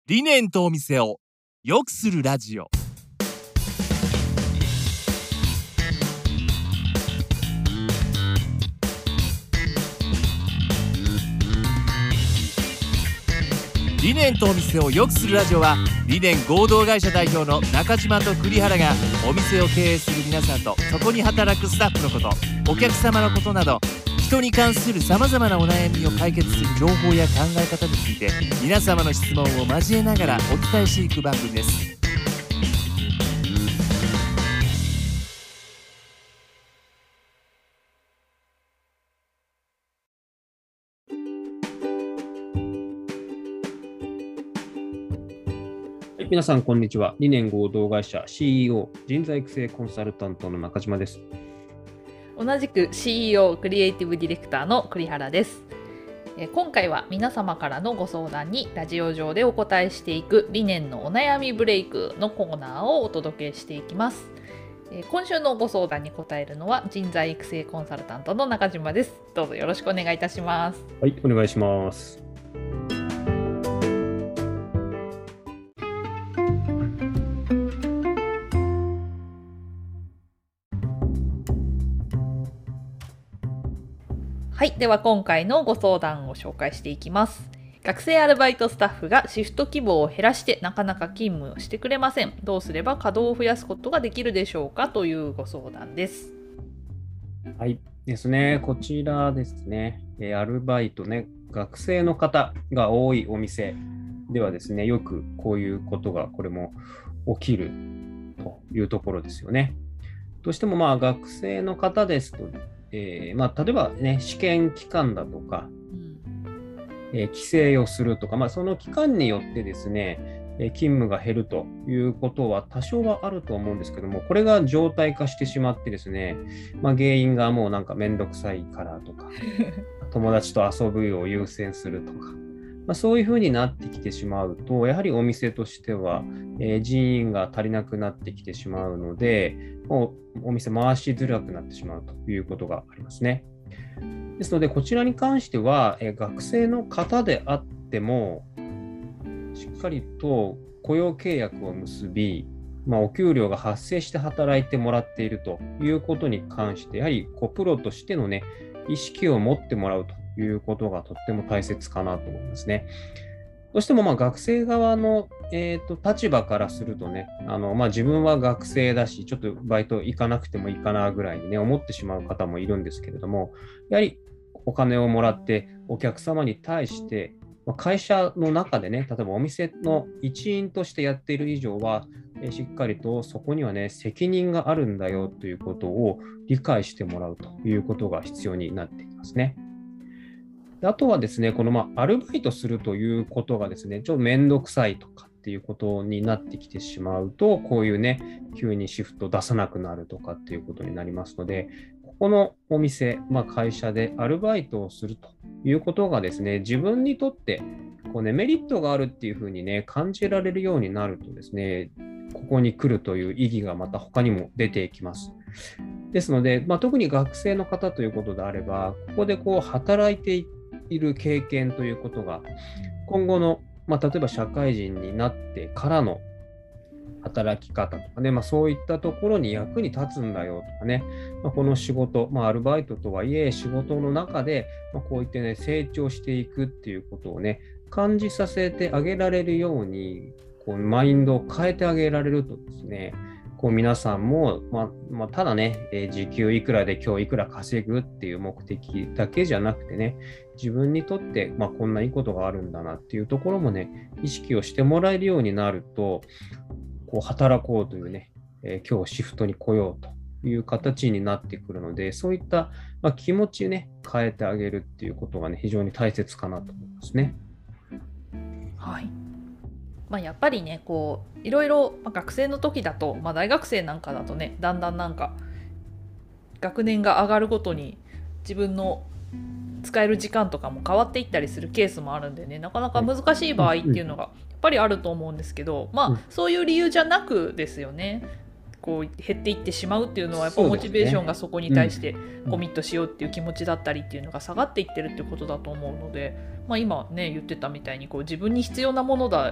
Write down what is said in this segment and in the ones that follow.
理念とお店を良くするラジオ。理念とお店を良くするラジオは、理念合同会社代表の中島と栗原がお店を経営する皆さんとそこに働くスタッフのこと、お客様のことなど、人に関するさまざまなお悩みを解決する情報や考え方について、皆様の質問を交えながらお伝えしていく番組です。 皆さんこんにちは。理念合同会社 CEO 人材育成コンサルタントの中島です。 同じく CEO クリエイティブディレクターの栗原です。今回は皆様からのご相談にラジオ上でお答えしていく理念のお悩みブレイクのコーナーをお届けしていきます。今週のご相談に答えるのは人材育成コンサルタントの中島です。どうぞよろしくお願いいたします。 はい、お願いします。 はい、では今回のご相談を紹介していきます。学生アルバイトスタッフがシフト規模を減らしてなかなか勤務をしてくれません。どうすれば稼働を増やすことができるでしょうかというご相談です。 はいですね、こちらですね、アルバイトね、学生の方が多いお店ではですね、よくこういうことがこれも起きるというところですよね。どうしても学生の方ですと、例えばね、試験期間だとか、帰省をするとか、その期間によってですね、勤務が減るということは多少はあると思うんですけども、これが常態化してしまってですね、原因がもうなんかめんどくさいからとか、友達と遊ぶを優先するとか、そういうふうになってきてしまうと、やはりお店としては、人員が足りなくなってきてしまうので、もうお店回しづらくなってしまうということがありますね。ですので、こちらに関しては、学生の方であっても、しっかりと雇用契約を結び、お給料が発生して働いてもらっているということに関して、やはりプロとしてのね、意識を持ってもらうということがとっても大切かなと思いますね。どうしても学生側の、立場からするとね、自分は学生だし、ちょっとバイト行かなくてもいいかなぐらいにね、思ってしまう方もいるんですけれども、やはりお金をもらってお客様に対して、会社の中でね、例えばお店の一員としてやっている以上は、しっかりとそこにはね、責任があるんだよということを理解してもらうということが必要になってきますね。あとはですね、このアルバイトするということがですね、ちょっとめんどくさいとかっていうことになってきてしまうと、こういうね、急にシフト出さなくなるとかっていうことになりますので、ここのお店、会社でアルバイトをするということがですね、自分にとってメリットがあるっていうふうにね、感じられるようになるとですね、ここに来るという意義がまた他にも出てきます。ですので、特に学生の方ということであれば、ここで働いている経験ということが、今後の、例えば社会人になってからの働き方とかね、そういったところに役に立つんだよとかね、この仕事、アルバイトとはいえ仕事の中で、こういってね、成長していくっていうことをね、感じさせてあげられるように、マインドを変えてあげられるとですね、皆さんも、ただね、時給いくらで今日いくら稼ぐっていう目的だけじゃなくてね、自分にとって、こんないいことがあるんだなっていうところもね、意識をしてもらえるようになると、働こうというね、今日シフトに来ようという形になってくるので、そういった、気持ちね、変えてあげるっていうことがね、非常に大切かなと思いますね。 はい。やっぱりね、いろいろ学生の時だと、大学生なんかだとね、だんだんなんか学年が上がるごとに自分の使える時間とかも変わっていったりするケースもあるんでね、なかなか難しい場合っていうのがやっぱりあると思うんですけど、そういう理由じゃなくですよね、減っていってしまうっていうのはやっぱモチベーションがそこに対してコミットしようっていう気持ちだったりっていうのが下がっていってるってことだと思うので、今ね言ってたみたいに自分に必要なものだ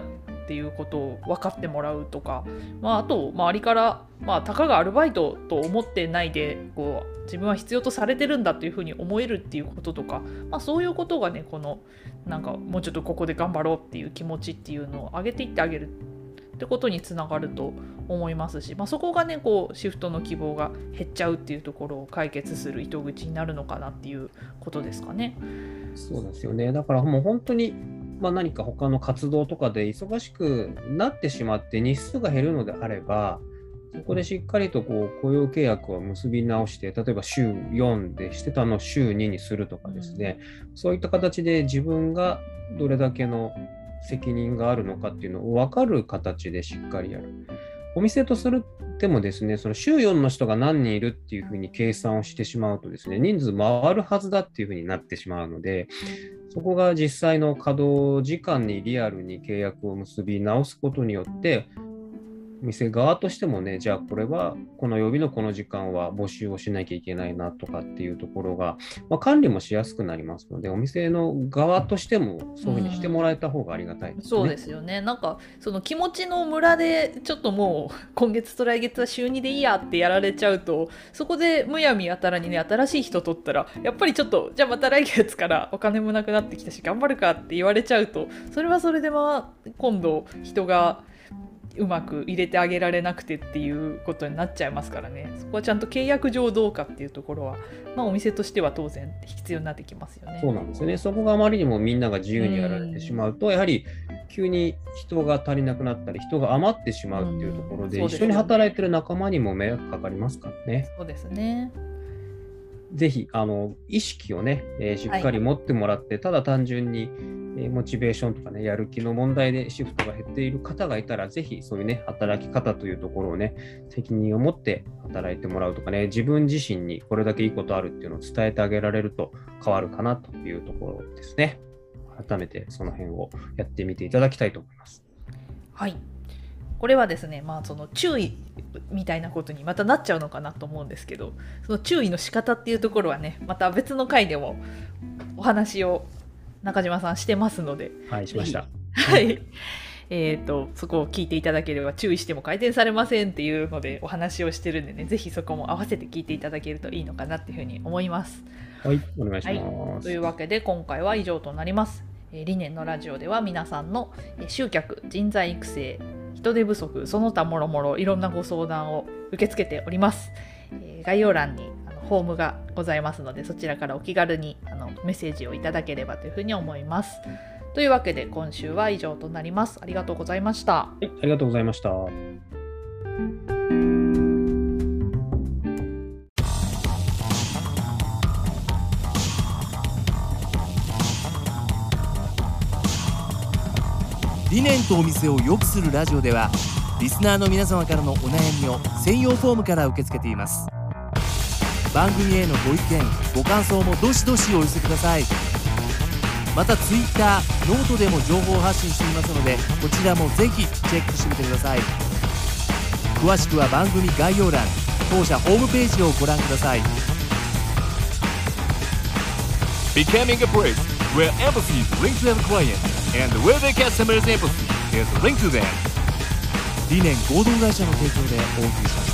っていうことを分かってもらうとか、あと周りから、たかがアルバイトと思ってないでこう自分は必要とされてるんだっていうふうに思えるっていうこととか、そういうことがねこのなんかもうちょっとここで頑張ろうっていう気持ちっていうのを上げていってあげるってことにつながると思いますし、そこがねこうシフトの希望が減っちゃうっていうところを解決する糸口になるのかなっていうことですかね。 そうですよね。だからもう本当に、何か他の活動とかで忙しくなってしまって日数が減るのであれば、そこでしっかりとこう雇用契約を結び直して、例えば週4でしてたのを週2にするとかですね、そういった形で自分がどれだけの責任があるのかっていうのを分かる形でしっかりやる。お店とするでもですね、その週4の人が何人いるっていうふうに計算をしてしまうとですね、人数回るはずだっていうふうになってしまうので、そこが実際の稼働時間にリアルに契約を結び直すことによって、店側としてもね、じゃあこれはこの曜日のこの時間は募集をしなきゃいけないなとかっていうところが、管理もしやすくなりますので、お店の側としてもそういうふうにしてもらえた方がありがたいですね。 そうですよね。なんかその気持ちのムラでちょっともう今月と来月は週2でいいやってやられちゃうと、そこでむやみやたらにね新しい人取ったらやっぱりちょっとじゃあまた来月からお金もなくなってきたし頑張るかって言われちゃうと、それはそれで今度人がうまく入れてあげられなくてっていうことになっちゃいますからね。そこはちゃんと契約上どうかっていうところは、お店としては当然必要になってきますよね。 そうなんですよね。そこがあまりにもみんなが自由にやられてしまうと、やはり急に人が足りなくなったり人が余ってしまうっていうところで、一緒に働いてる仲間にも迷惑かかりますからね。 そうですね。 ぜひ意識をね、しっかり持ってもらって、ただ単純にモチベーションとかね、やる気の問題でシフトが減っている方がいたら、ぜひそういうね、働き方というところをね、責任を持って働いてもらうとかね、自分自身にこれだけいいことあるっていうのを伝えてあげられると変わるかなというところですね。改めてその辺をやってみていただきたいと思います。 はい。これはですね、その注意みたいなことにまたなっちゃうのかなと思うんですけど、その注意の仕方っていうところはね、また別の回でもお話を中島さんしてますので、 はい、しました。 はい。そこを聞いていただければ、注意しても改善されませんっていうのでお話をしてるんでね、ぜひそこも合わせて聞いていただけるといいのかなっていうふうに思います。 はい、お願いします。 はい、というわけで今回は以上となります。理念のラジオでは皆さんの集客、人材育成、人手不足、その他もろもろいろんなご相談を受け付けております。概要欄にフォームがございますので、そちらからお気軽にメッセージをいただければというふうに思います。というわけで今週は以上となります。ありがとうございました。 はい、ありがとうございました。 理念とお店を良くするラジオでは、リスナーの皆様からのお悩みを専用フォームから受け付けています。番組へのご意見ご感想もどしどしお寄せください。また Twitter、ノートでも情報発信していますので、こちらもぜひチェックしてみてください。詳しくは番組概要欄、当社ホームページをご覧ください。 Becoming a place where empathy is linked to the client and where the customer's empathy is linked to them。 理念合同会社の提供でお送りします。